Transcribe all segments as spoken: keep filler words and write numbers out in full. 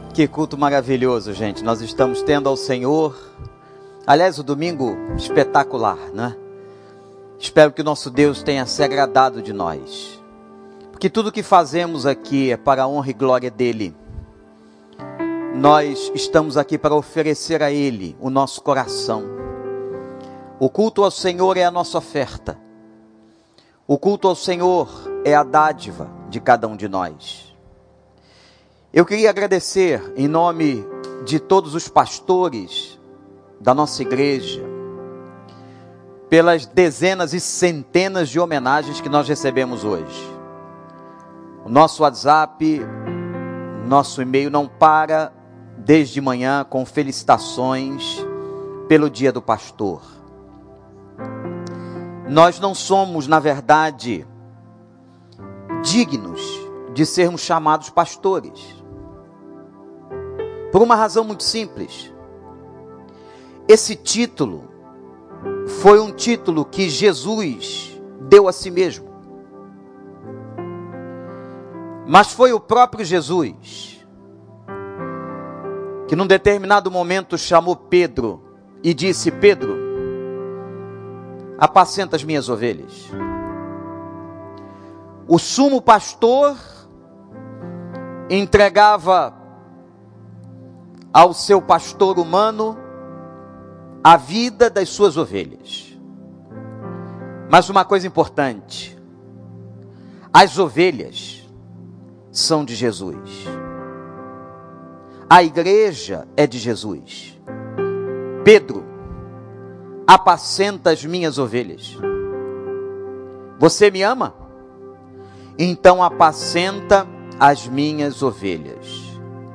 Que culto maravilhoso, gente. Nós estamos tendo ao Senhor. Aliás, o domingo espetacular, né? Espero que o nosso Deus tenha se agradado de nós. Porque tudo que fazemos aqui é para a honra e glória dEle. Nós estamos aqui para oferecer a Ele o nosso coração. O culto ao Senhor é a nossa oferta. O culto ao Senhor é a dádiva de cada um de nós. Eu queria agradecer em nome de todos os pastores da nossa igreja, pelas dezenas e centenas de homenagens que nós recebemos hoje. O nosso WhatsApp, nosso e-mail não para desde manhã com felicitações pelo dia do pastor. Nós não somos, na verdade, dignos de sermos chamados pastores. Por uma razão muito simples. Esse título foi um título que Jesus deu a si mesmo. Mas foi o próprio Jesus que num determinado momento chamou Pedro e disse: Pedro, apacenta as minhas ovelhas. O sumo pastor entregava ao seu pastor humano a vida das suas ovelhas. Mas uma coisa importante: as ovelhas são de Jesus. A igreja é de Jesus. Pedro, apacenta as minhas ovelhas. Você me ama? Então apacenta as minhas ovelhas.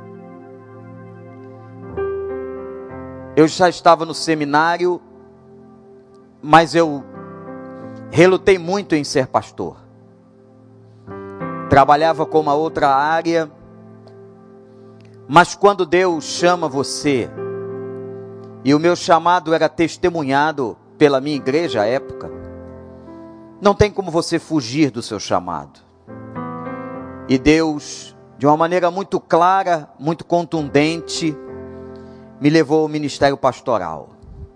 Eu já estava no seminário, mas eu relutei muito em ser pastor. Trabalhava com uma outra área, mas quando Deus chama você, e o meu chamado era testemunhado pela minha igreja à época, não tem como você fugir do seu chamado. E Deus, de uma maneira muito clara, muito contundente, me levou ao ministério pastoral.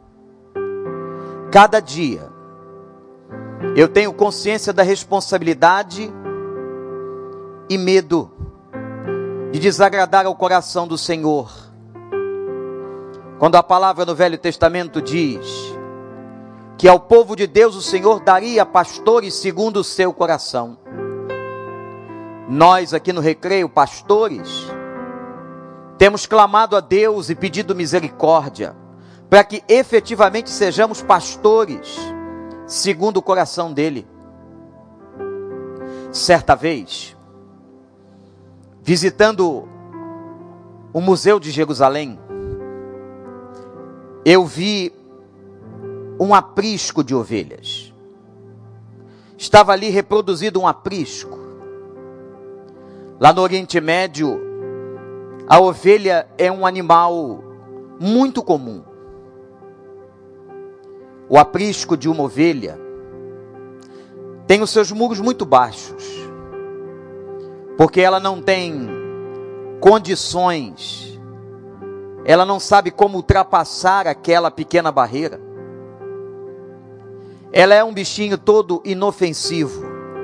Cada dia eu tenho consciência da responsabilidade e medo de desagradar ao coração do Senhor. Quando a palavra no Velho Testamento diz que ao povo de Deus o Senhor daria pastores segundo o seu coração. Nós aqui no Recreio, pastores, temos clamado a Deus e pedido misericórdia, para que efetivamente sejamos pastores, segundo o coração dele. Certa vez, visitando o Museu de Jerusalém, eu vi um aprisco de ovelhas. Estava ali reproduzido um aprisco. Lá no Oriente Médio, a ovelha é um animal muito comum. O aprisco de uma ovelha tem os seus muros muito baixos, porque ela não tem condições, ela não sabe como ultrapassar aquela pequena barreira. Ela é um bichinho todo inofensivo,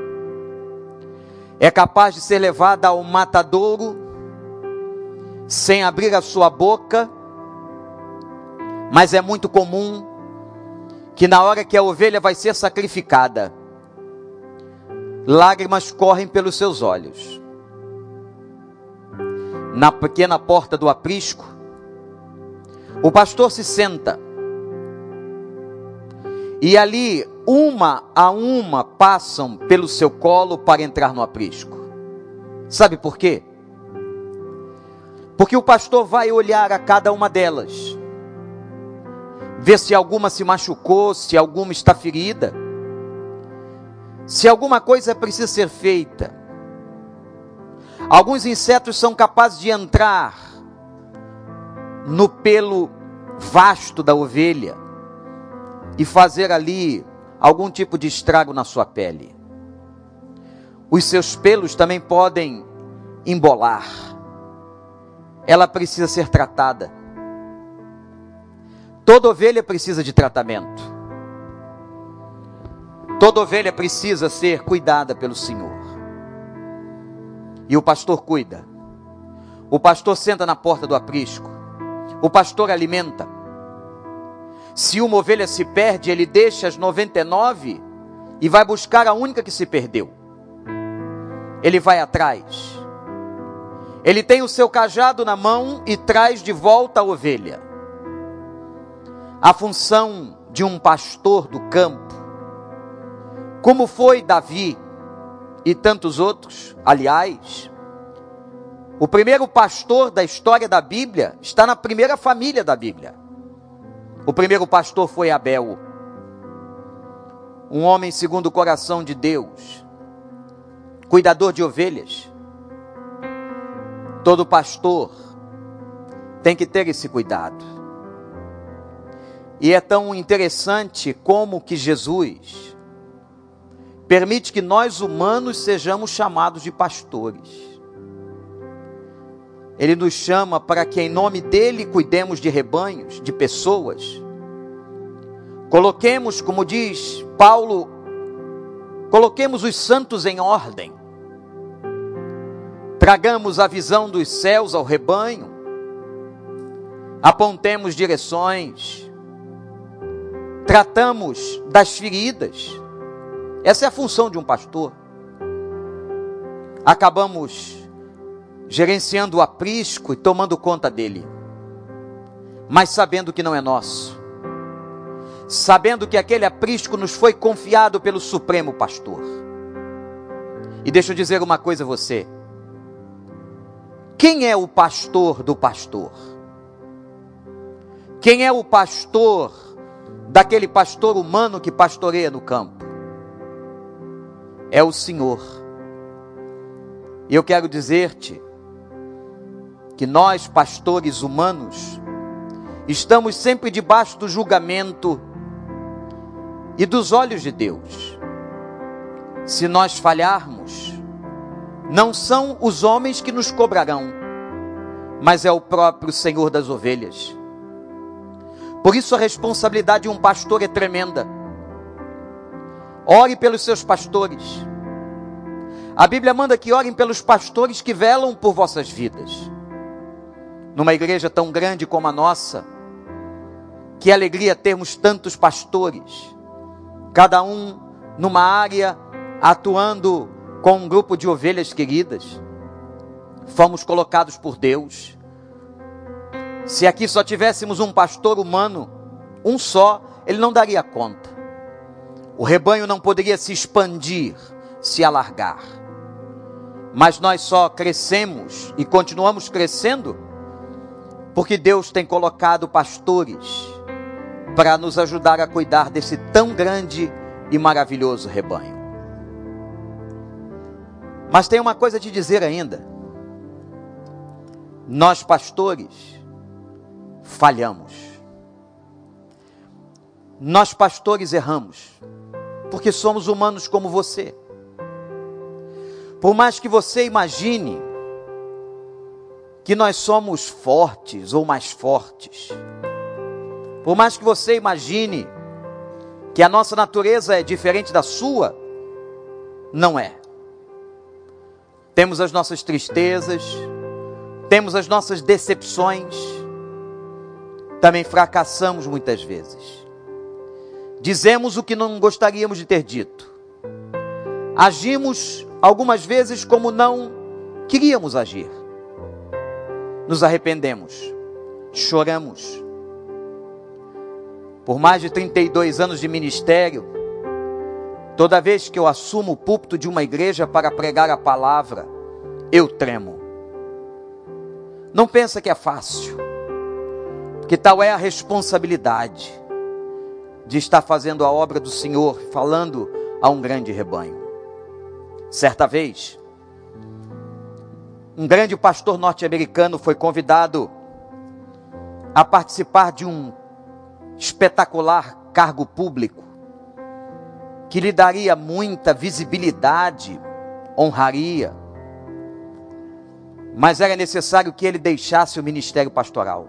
é capaz de ser levada ao matadouro sem abrir a sua boca, mas é muito comum que na hora que a ovelha vai ser sacrificada, lágrimas correm pelos seus olhos. Na pequena porta do aprisco, o pastor se senta, e ali, uma a uma, passam pelo seu colo para entrar no aprisco. Sabe por quê? Porque o pastor vai olhar a cada uma delas, ver se alguma se machucou, se alguma está ferida, se alguma coisa precisa ser feita. Alguns insetos são capazes de entrar no pelo vasto da ovelha e fazer ali algum tipo de estrago na sua pele. Os seus pelos também podem embolar. ela precisa ser tratada. Toda ovelha precisa de tratamento. Toda ovelha precisa ser cuidada pelo Senhor. E o pastor cuida. O pastor senta na porta do aprisco. O pastor alimenta. Se uma ovelha se perde, ele deixa as noventa e nove e vai buscar a única que se perdeu. Ele vai atrás. Ele tem o seu cajado na mão e traz de volta a ovelha. A função de um pastor do campo, como foi Davi e tantos outros, aliás, o primeiro pastor da história da Bíblia está na primeira família da Bíblia. O primeiro pastor foi Abel, um homem segundo o coração de Deus, cuidador de ovelhas. Todo pastor tem que ter esse cuidado. E é tão interessante como que Jesus permite que nós humanos sejamos chamados de pastores. Ele nos chama para que em nome dele cuidemos de rebanhos, de pessoas. Coloquemos, como diz Paulo, coloquemos os santos em ordem. Tragamos a visão dos céus ao rebanho. Apontemos direções. Tratamos das feridas. Essa é a função de um pastor. Acabamos gerenciando o aprisco e tomando conta dele, mas sabendo que não é nosso, sabendo que aquele aprisco nos foi confiado pelo Supremo Pastor. E deixa eu dizer uma coisa a você: quem é o pastor do pastor? Quem é o pastor daquele pastor humano que pastoreia no campo? É o Senhor. E eu quero dizer-te que nós, pastores humanos, estamos sempre debaixo do julgamento e dos olhos de Deus. Se nós falharmos, não são os homens que nos cobrarão, mas é o próprio Senhor das ovelhas. Por isso a responsabilidade de um pastor é tremenda. Ore pelos seus pastores. A Bíblia manda que orem pelos pastores que velam por vossas vidas. Numa igreja tão grande como a nossa, que alegria termos tantos pastores, cada um numa área, atuando com um grupo de ovelhas queridas. Fomos colocados por Deus. Se aqui só tivéssemos um pastor humano, um só, ele não daria conta. O rebanho não poderia se expandir, se alargar. Mas nós só crescemos e continuamos crescendo porque Deus tem colocado pastores para nos ajudar a cuidar desse tão grande e maravilhoso rebanho. Mas tem uma coisa a te dizer ainda. Nós, pastores, falhamos. Nós, pastores, erramos, porque somos humanos como você. Por mais que você imagine que nós somos fortes ou mais fortes, por mais que você imagine que a nossa natureza é diferente da sua, não é. Temos as nossas tristezas, temos as nossas decepções, também fracassamos muitas vezes. Dizemos o que não gostaríamos de ter dito. Agimos algumas vezes como não queríamos agir. Nos arrependemos, choramos. Por mais de trinta e dois anos de ministério, toda vez que eu assumo o púlpito de uma igreja para pregar a palavra, eu tremo. Não pensa que é fácil, porque tal é a responsabilidade de estar fazendo a obra do Senhor, falando a um grande rebanho. Certa vez, um grande pastor norte-americano foi convidado a participar de um espetacular cargo público, que lhe daria muita visibilidade, honraria. mas era necessário que ele deixasse o ministério pastoral.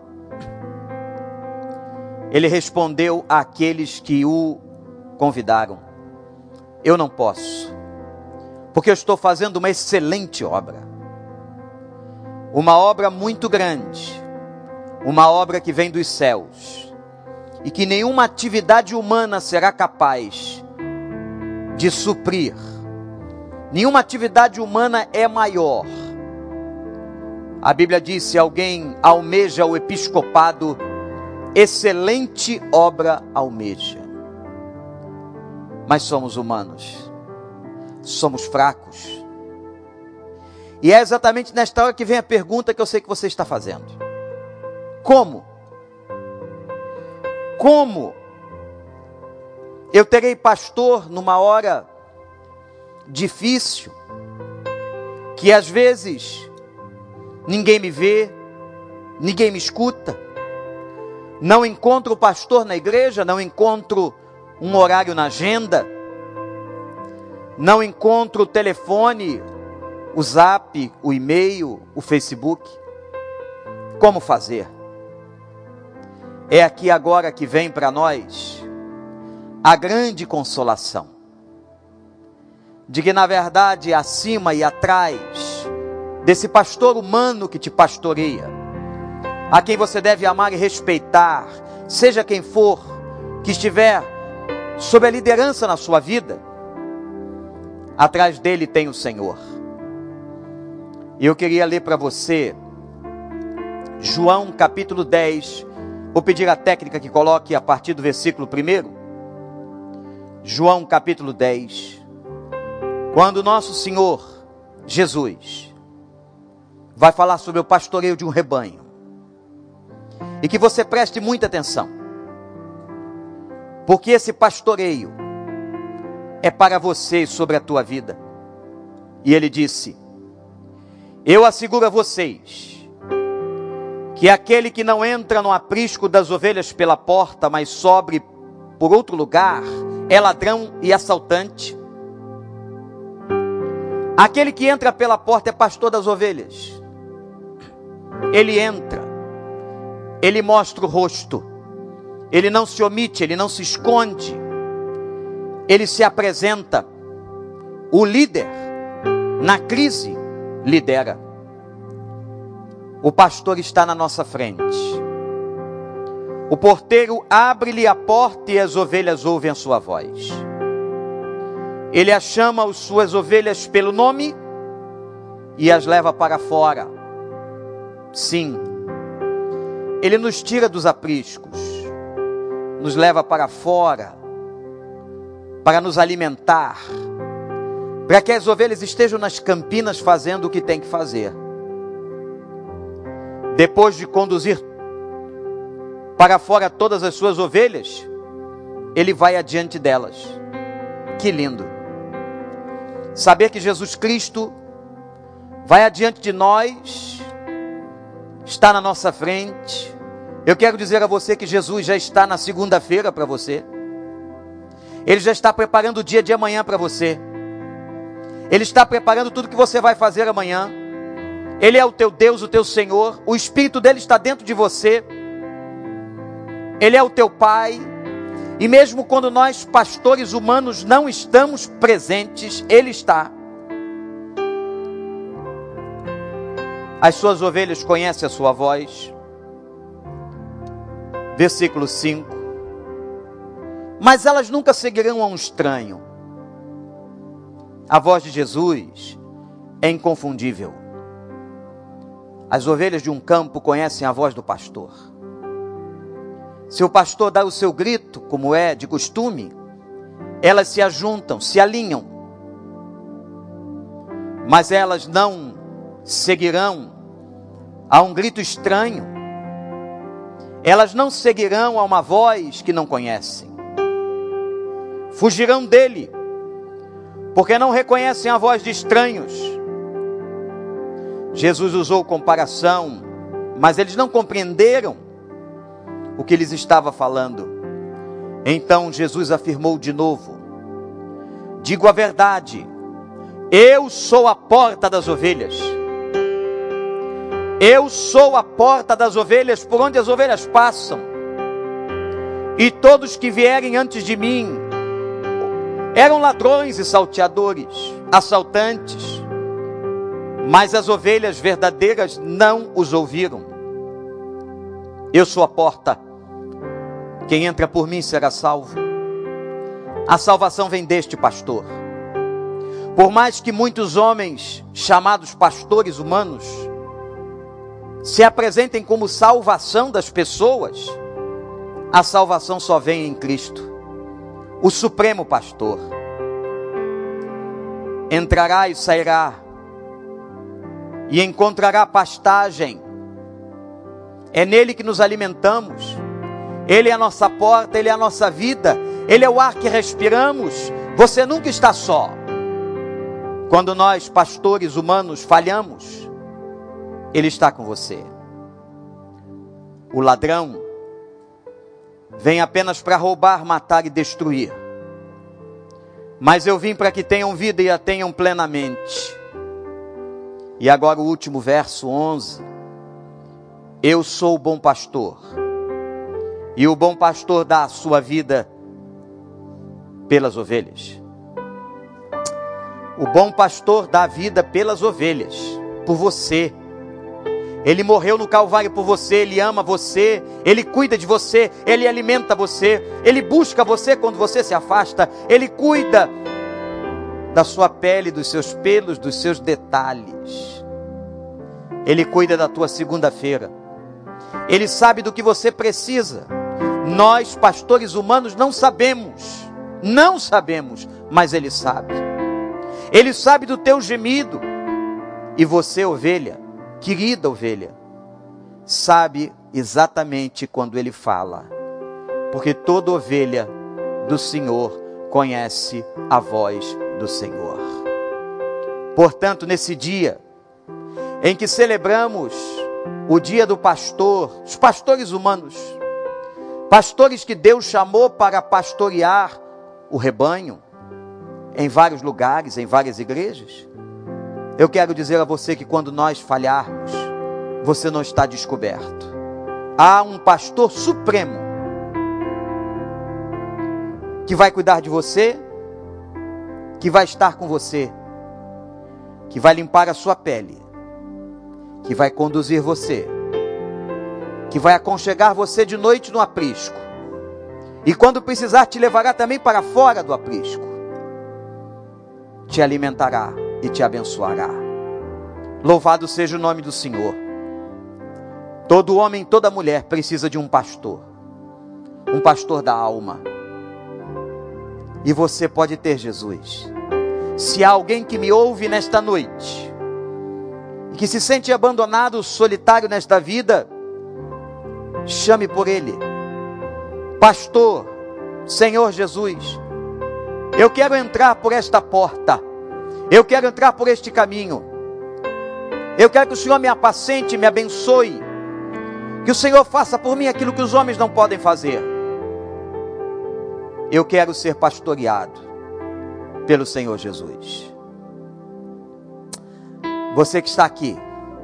Ele respondeu àqueles que o convidaram: eu não posso, porque eu estou fazendo uma excelente obra, uma obra muito grande, uma obra que vem dos céus, e que nenhuma atividade humana será capaz de suprir. Nenhuma atividade humana é maior. A Bíblia diz: se alguém almeja o episcopado, excelente obra almeja. Mas somos humanos, somos fracos. E é exatamente nesta hora que vem a pergunta que eu sei que você está fazendo: como? Como eu terei pastor numa hora difícil, que às vezes ninguém me vê, ninguém me escuta, não encontro o pastor na igreja, não encontro um horário na agenda, não encontro o telefone, o zap, o e-mail, o Facebook? Como fazer? É aqui agora que vem para nós a grande consolação, de que na verdade acima e atrás desse pastor humano que te pastoreia, a quem você deve amar e respeitar, seja quem for que estiver sob a liderança na sua vida, atrás dele tem o Senhor. E eu queria ler para você João capítulo dez. Vou pedir a técnica que coloque a partir do versículo primeiro. João capítulo dez. Quando nosso Senhor Jesus vai falar sobre o pastoreio de um rebanho. E que você preste muita atenção, porque esse pastoreio é para você e sobre a tua vida. E ele disse: eu asseguro a vocês que aquele que não entra no aprisco das ovelhas pela porta, mas sobe por outro lugar, é ladrão e assaltante. Aquele que entra pela porta é pastor das ovelhas. Ele entra, ele mostra o rosto, ele não se omite, ele não se esconde, ele se apresenta. O líder, na crise, lidera. O pastor está na nossa frente. O porteiro abre-lhe a porta e as ovelhas ouvem a sua voz. Ele a chama as suas ovelhas pelo nome e as leva para fora. Sim, ele nos tira dos apriscos, nos leva para fora, para nos alimentar, para que as ovelhas estejam nas campinas fazendo o que tem que fazer. Depois de conduzir para fora todas as suas ovelhas, ele vai adiante delas. Que lindo! Saber que Jesus Cristo vai adiante de nós, está na nossa frente. Eu quero dizer a você que Jesus já está na segunda-feira para você. Ele já está preparando o dia de amanhã para você. Ele está preparando tudo que você vai fazer amanhã. Ele é o teu Deus, o teu Senhor. O Espírito dele está dentro de você. Ele é o teu Pai. E mesmo quando nós, pastores humanos, não estamos presentes, ele está. As suas ovelhas conhecem a sua voz. Versículo cinco. Mas elas nunca seguirão a um estranho. A voz de Jesus é inconfundível. As ovelhas de um campo conhecem a voz do pastor. Se o pastor dá o seu grito, como é de costume, elas se ajuntam, se alinham. Mas elas não seguirão a um grito estranho. Elas não seguirão a uma voz que não conhecem. Fugirão dele, porque não reconhecem a voz de estranhos. Jesus usou comparação, mas eles não compreenderam o que lhes estava falando. Então Jesus afirmou de novo: digo a verdade, eu sou a porta das ovelhas. Eu sou a porta das ovelhas, por onde as ovelhas passam. E todos que vierem antes de mim eram ladrões e salteadores, assaltantes, mas as ovelhas verdadeiras não os ouviram. Eu sou a porta. Quem entra por mim será salvo. A salvação vem deste pastor. Por mais que muitos homens, chamados pastores humanos, se apresentem como salvação das pessoas, a salvação só vem em Cristo, o supremo pastor. Entrará e sairá, e encontrará pastagem. É nele que nos alimentamos. Ele é a nossa porta, Ele é a nossa vida, Ele é o ar que respiramos. Você nunca está só. Quando nós, pastores humanos, falhamos, Ele está com você. O ladrão vem apenas para roubar, matar e destruir. Mas eu vim para que tenham vida e a tenham plenamente. E agora o último verso, onze. Eu sou o bom pastor. E o bom pastor dá a sua vida pelas ovelhas. O bom pastor dá a vida pelas ovelhas, por você. Ele morreu no Calvário por você, Ele ama você, Ele cuida de você, Ele alimenta você, Ele busca você quando você se afasta, Ele cuida da sua pele, dos seus pelos, dos seus detalhes. Ele cuida da tua segunda-feira. Ele sabe do que você precisa. Nós, pastores humanos, não sabemos, não sabemos, mas Ele sabe. Ele sabe do teu gemido. E você, ovelha, querida ovelha, sabe exatamente quando Ele fala, porque toda ovelha do Senhor conhece a voz do Senhor. Portanto, nesse dia em que celebramos o dia do pastor, os pastores humanos, pastores que Deus chamou para pastorear o rebanho, em vários lugares, em várias igrejas, eu quero dizer a você que quando nós falharmos, você não está descoberto. Há um pastor supremo que vai cuidar de você, que vai estar com você, que vai limpar a sua pele, que vai conduzir você, que vai aconchegar você de noite no aprisco, e quando precisar te levará também para fora do aprisco, te alimentará e te abençoará. Louvado seja o nome do Senhor. Todo homem, toda mulher precisa de um pastor, um pastor da alma, e você pode ter Jesus. Se há alguém que me ouve nesta noite, e que se sente abandonado, solitário nesta vida, chame por Ele. Pastor, Senhor Jesus, eu quero entrar por esta porta, eu quero entrar por este caminho, eu quero que o Senhor me apacente, me abençoe, que o Senhor faça por mim aquilo que os homens não podem fazer. Eu quero ser pastoreado pelo Senhor Jesus. Você que está aqui,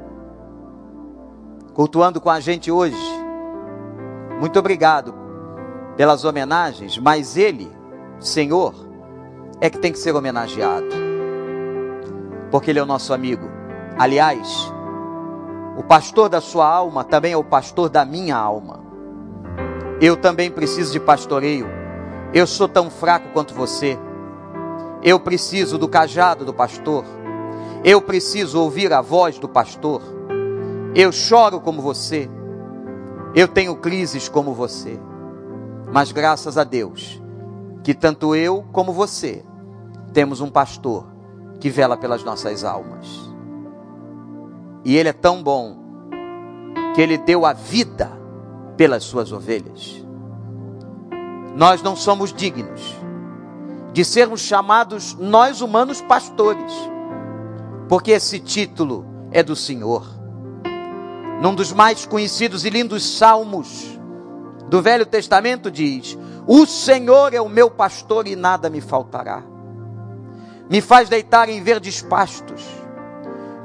cultuando com a gente hoje, muito obrigado pelas homenagens, mas Ele, Senhor, é que tem que ser homenageado, porque Ele é o nosso amigo. Aliás, o pastor da sua alma também é o pastor da minha alma. Eu também preciso de pastoreio. Eu sou tão fraco quanto você. Eu preciso do cajado do pastor. Eu preciso ouvir a voz do pastor. Eu choro como você. Eu tenho crises como você. Mas graças a Deus, que tanto eu como você temos um pastor que vela pelas nossas almas. E Ele é tão bom que Ele deu a vida pelas suas ovelhas. Nós não somos dignos de sermos chamados, nós humanos, pastores, porque esse título é do Senhor. Num dos mais conhecidos e lindos salmos do Velho Testamento diz: o Senhor é o meu pastor e nada me faltará. Me faz deitar em verdes pastos,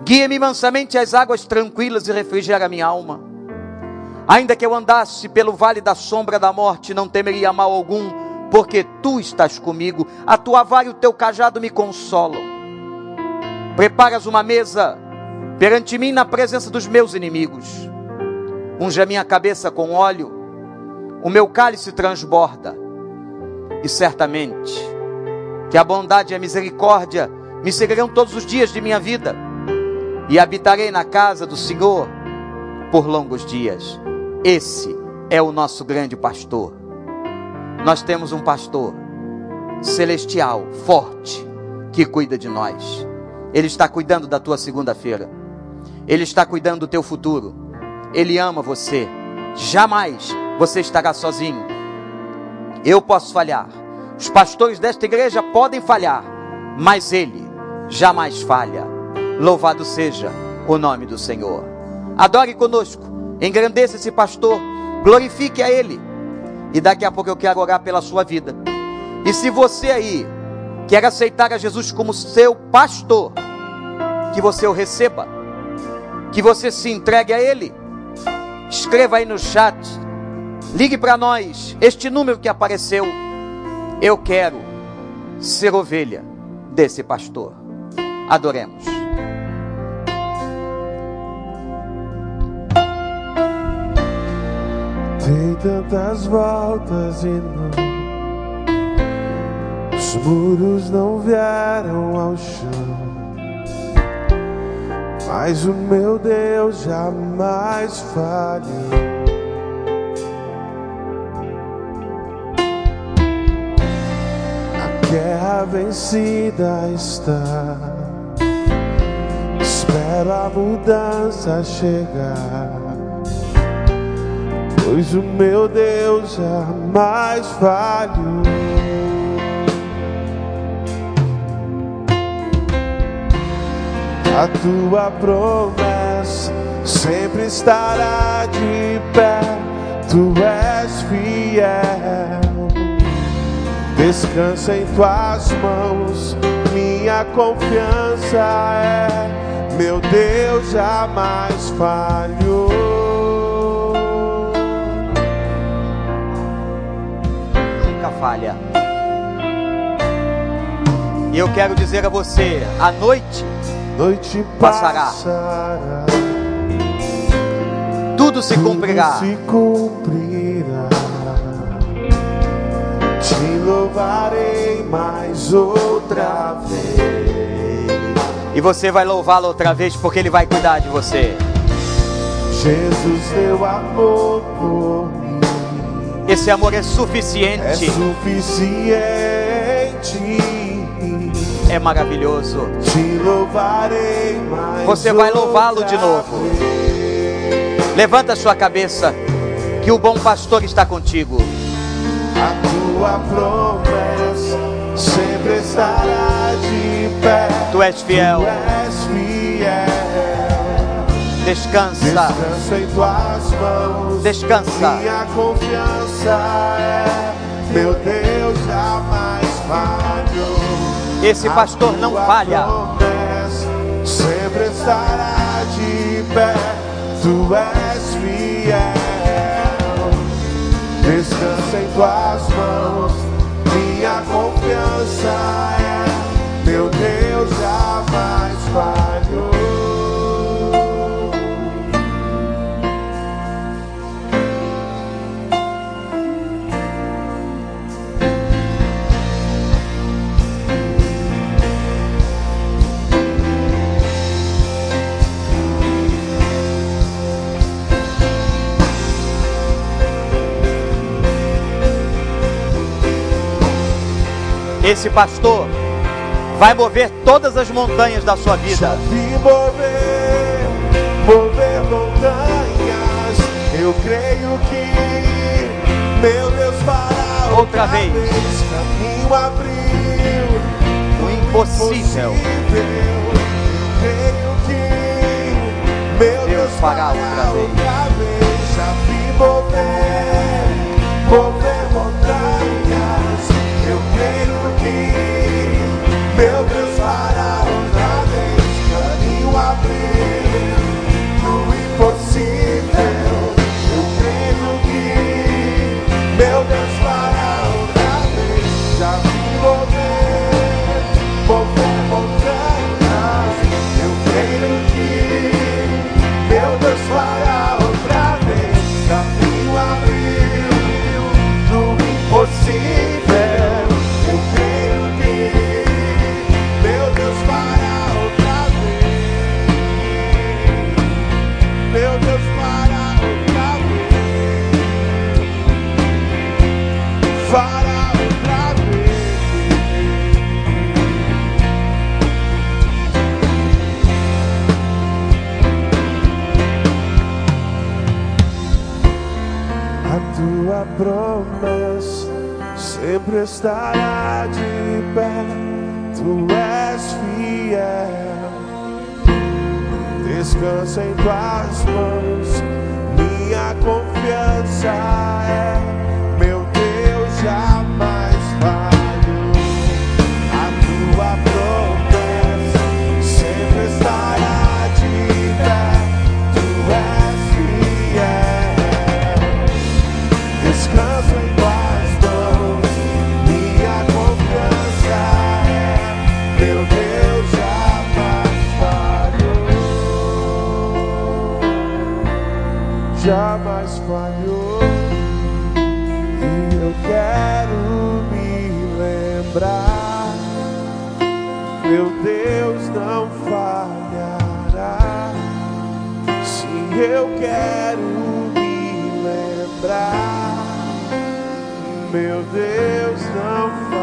Guia-me mansamente às águas tranquilas e refrigera a minha alma. Ainda que eu andasse pelo vale da sombra da morte, não temeria mal algum, porque tu estás comigo. A tua vara e o teu cajado me consolam. Preparas uma mesa perante mim na presença dos meus inimigos. Unge a minha cabeça com óleo, o meu cálice transborda. E certamente que a bondade e a misericórdia me seguirão todos os dias de minha vida, e habitarei na casa do Senhor por longos dias. Esse é o nosso grande pastor. Nós temos um pastor celestial, forte, que cuida de nós. Ele está cuidando da tua segunda-feira. Ele está cuidando do teu futuro. Ele ama você. Jamais você estará sozinho. Eu posso falhar. Os pastores desta igreja podem falhar, mas Ele jamais falha. Louvado seja o nome do Senhor. Adore conosco. Engrandeça esse pastor. Glorifique a Ele. E daqui a pouco eu quero orar pela sua vida. E se você aí quer aceitar a Jesus como seu pastor, que você o receba, que você se entregue a Ele, escreva aí no chat, ligue para nós, este número que apareceu. Eu quero ser ovelha desse pastor. Adoremos. Dei tantas voltas e não, os muros não vieram ao chão, mas o meu Deus jamais falhou. A guerra vencida está, espero a mudança chegar, pois o meu Deus jamais falhou. A tua promessa sempre estará de pé, tu és fiel. Descansa em tuas mãos, minha confiança é, meu Deus jamais falhou. Nunca falha. E eu quero dizer a você, a noite Noite passará, passará, tudo se cumprirá. tudo se cumprirá. Te louvarei mais outra vez. E você vai louvá-lo outra vez, porque Ele vai cuidar de você. Jesus, teu amor por mim Esse amor é é suficiente, suficiente. é maravilhoso. Te louvarei mais Você vai louvá-lo de outra novo. vez. Levanta a sua cabeça, que o bom pastor está contigo. A tua promessa sempre estará de pé. Tu és fiel. Tu és fiel. Descansa, Descansa em tuas mãos. descansa. Minha confiança é, meu Deus jamais falhou. Esse pastor não A tua falha. promessa sempre estará de pé. Tu és fiel. Descansa em tuas mãos, minha confiança é, meu Deus jamais falhou. Esse pastor vai mover todas as montanhas da sua vida. Já vi mover, mover montanhas. Eu creio que meu Deus fará Outra vez. Caminho abriu, O impossível, eu creio que meu Deus fará outra vez. vez. Já vi mover, mover montanhas. Eu creio que meu Deus fará outra vez. Caminho abriu. tua promessa sempre estará de pé. Tu és fiel, descansa em tuas mãos, minha confiança é, meu Deus jamais falhou. A tua promessa sempre estará de pé. Tu és fiel, descansa em tuas mãos, minha confiança é, meu Deus jamais falhou. Jamais falhou. E eu quero me lembrar, meu Deus não falhará. Sim, eu quero me lembrar, meu Deus não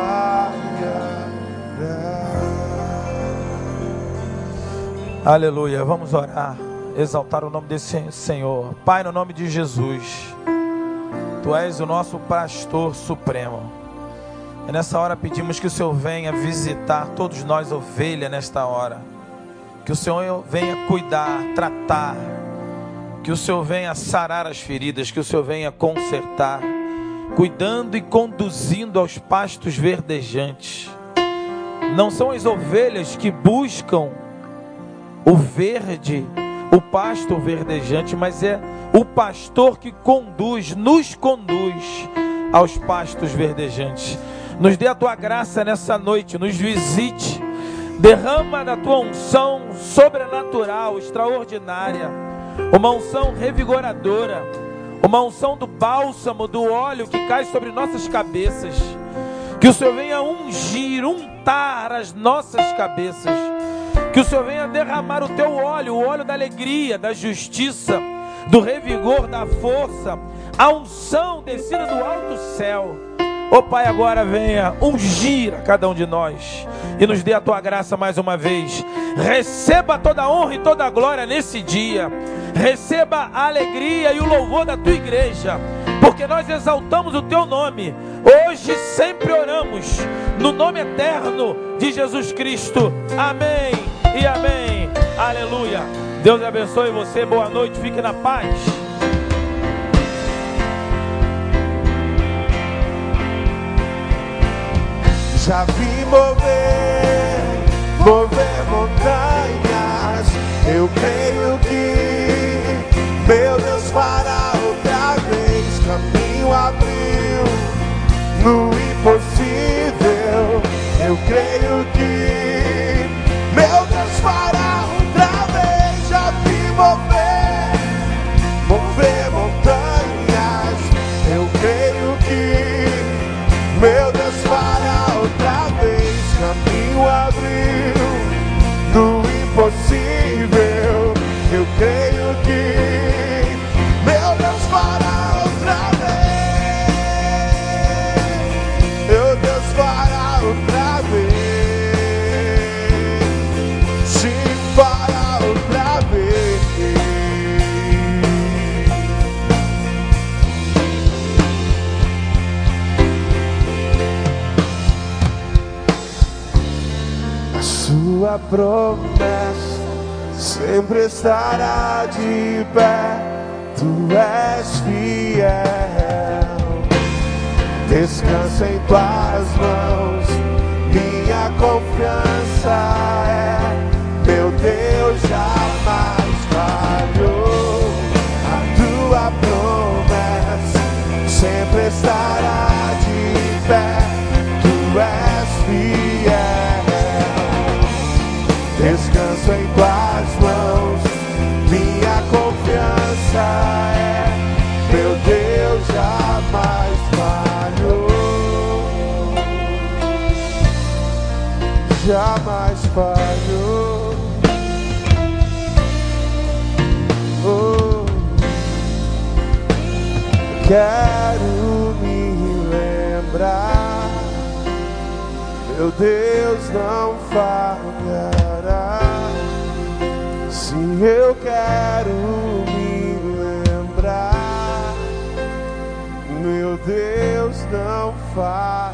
falhará. Aleluia, vamos orar, exaltar o nome desse Senhor. Pai, no nome de Jesus, Tu és o nosso pastor supremo. E nessa hora pedimos que o Senhor venha visitar todos nós, ovelha, nesta hora. Que o Senhor venha cuidar, tratar. Que o Senhor venha sarar as feridas, que o Senhor venha consertar, cuidando e conduzindo aos pastos verdejantes. Não são as ovelhas que buscam o verde, o pasto verdejante, mas é o pastor que conduz, nos conduz aos pastos verdejantes. Nos dê a tua graça nessa noite, nos visite, derrama da tua unção sobrenatural, extraordinária, uma unção revigoradora, uma unção do bálsamo, do óleo que cai sobre nossas cabeças. Que o Senhor venha ungir, untar as nossas cabeças. Que o Senhor venha derramar o teu óleo, o óleo da alegria, da justiça, do revigor, da força, a unção descida do alto céu. Ó Pai, agora venha ungir a cada um de nós e nos dê a tua graça mais uma vez. Receba toda a honra e toda a glória nesse dia. Receba a alegria e o louvor da tua igreja, porque nós exaltamos o teu nome. Hoje e sempre oramos no nome eterno de Jesus Cristo. Amém e amém. Aleluia. Deus abençoe você. Boa noite. Fique na paz. Já vi mover, mover montanhas. Eu creio que meu Deus fará outra vez. Caminho abriu no impossível. Eu creio que meu Deus fará outra vez. Já vi mover, mover montanhas. Eu creio que meu Deus fará outra vez. Caminho abriu no impossível. Eu creio que meu Deus fará outra vez. Meu Deus fará outra vez. Sim, fará outra vez. A sua promessa sempre estará de pé. Tu és fiel, descansa em tuas mãos, minha confiança é, meu Deus jamais falhou. A tua promessa sempre estará de pé. Tu és fiel, descanso em tuas mãos, minha confiança é, meu Deus jamais falhou. Jamais falhou. Oh, quero me lembrar, meu Deus não falhará. Sim, eu quero me lembrar, meu Deus não falha.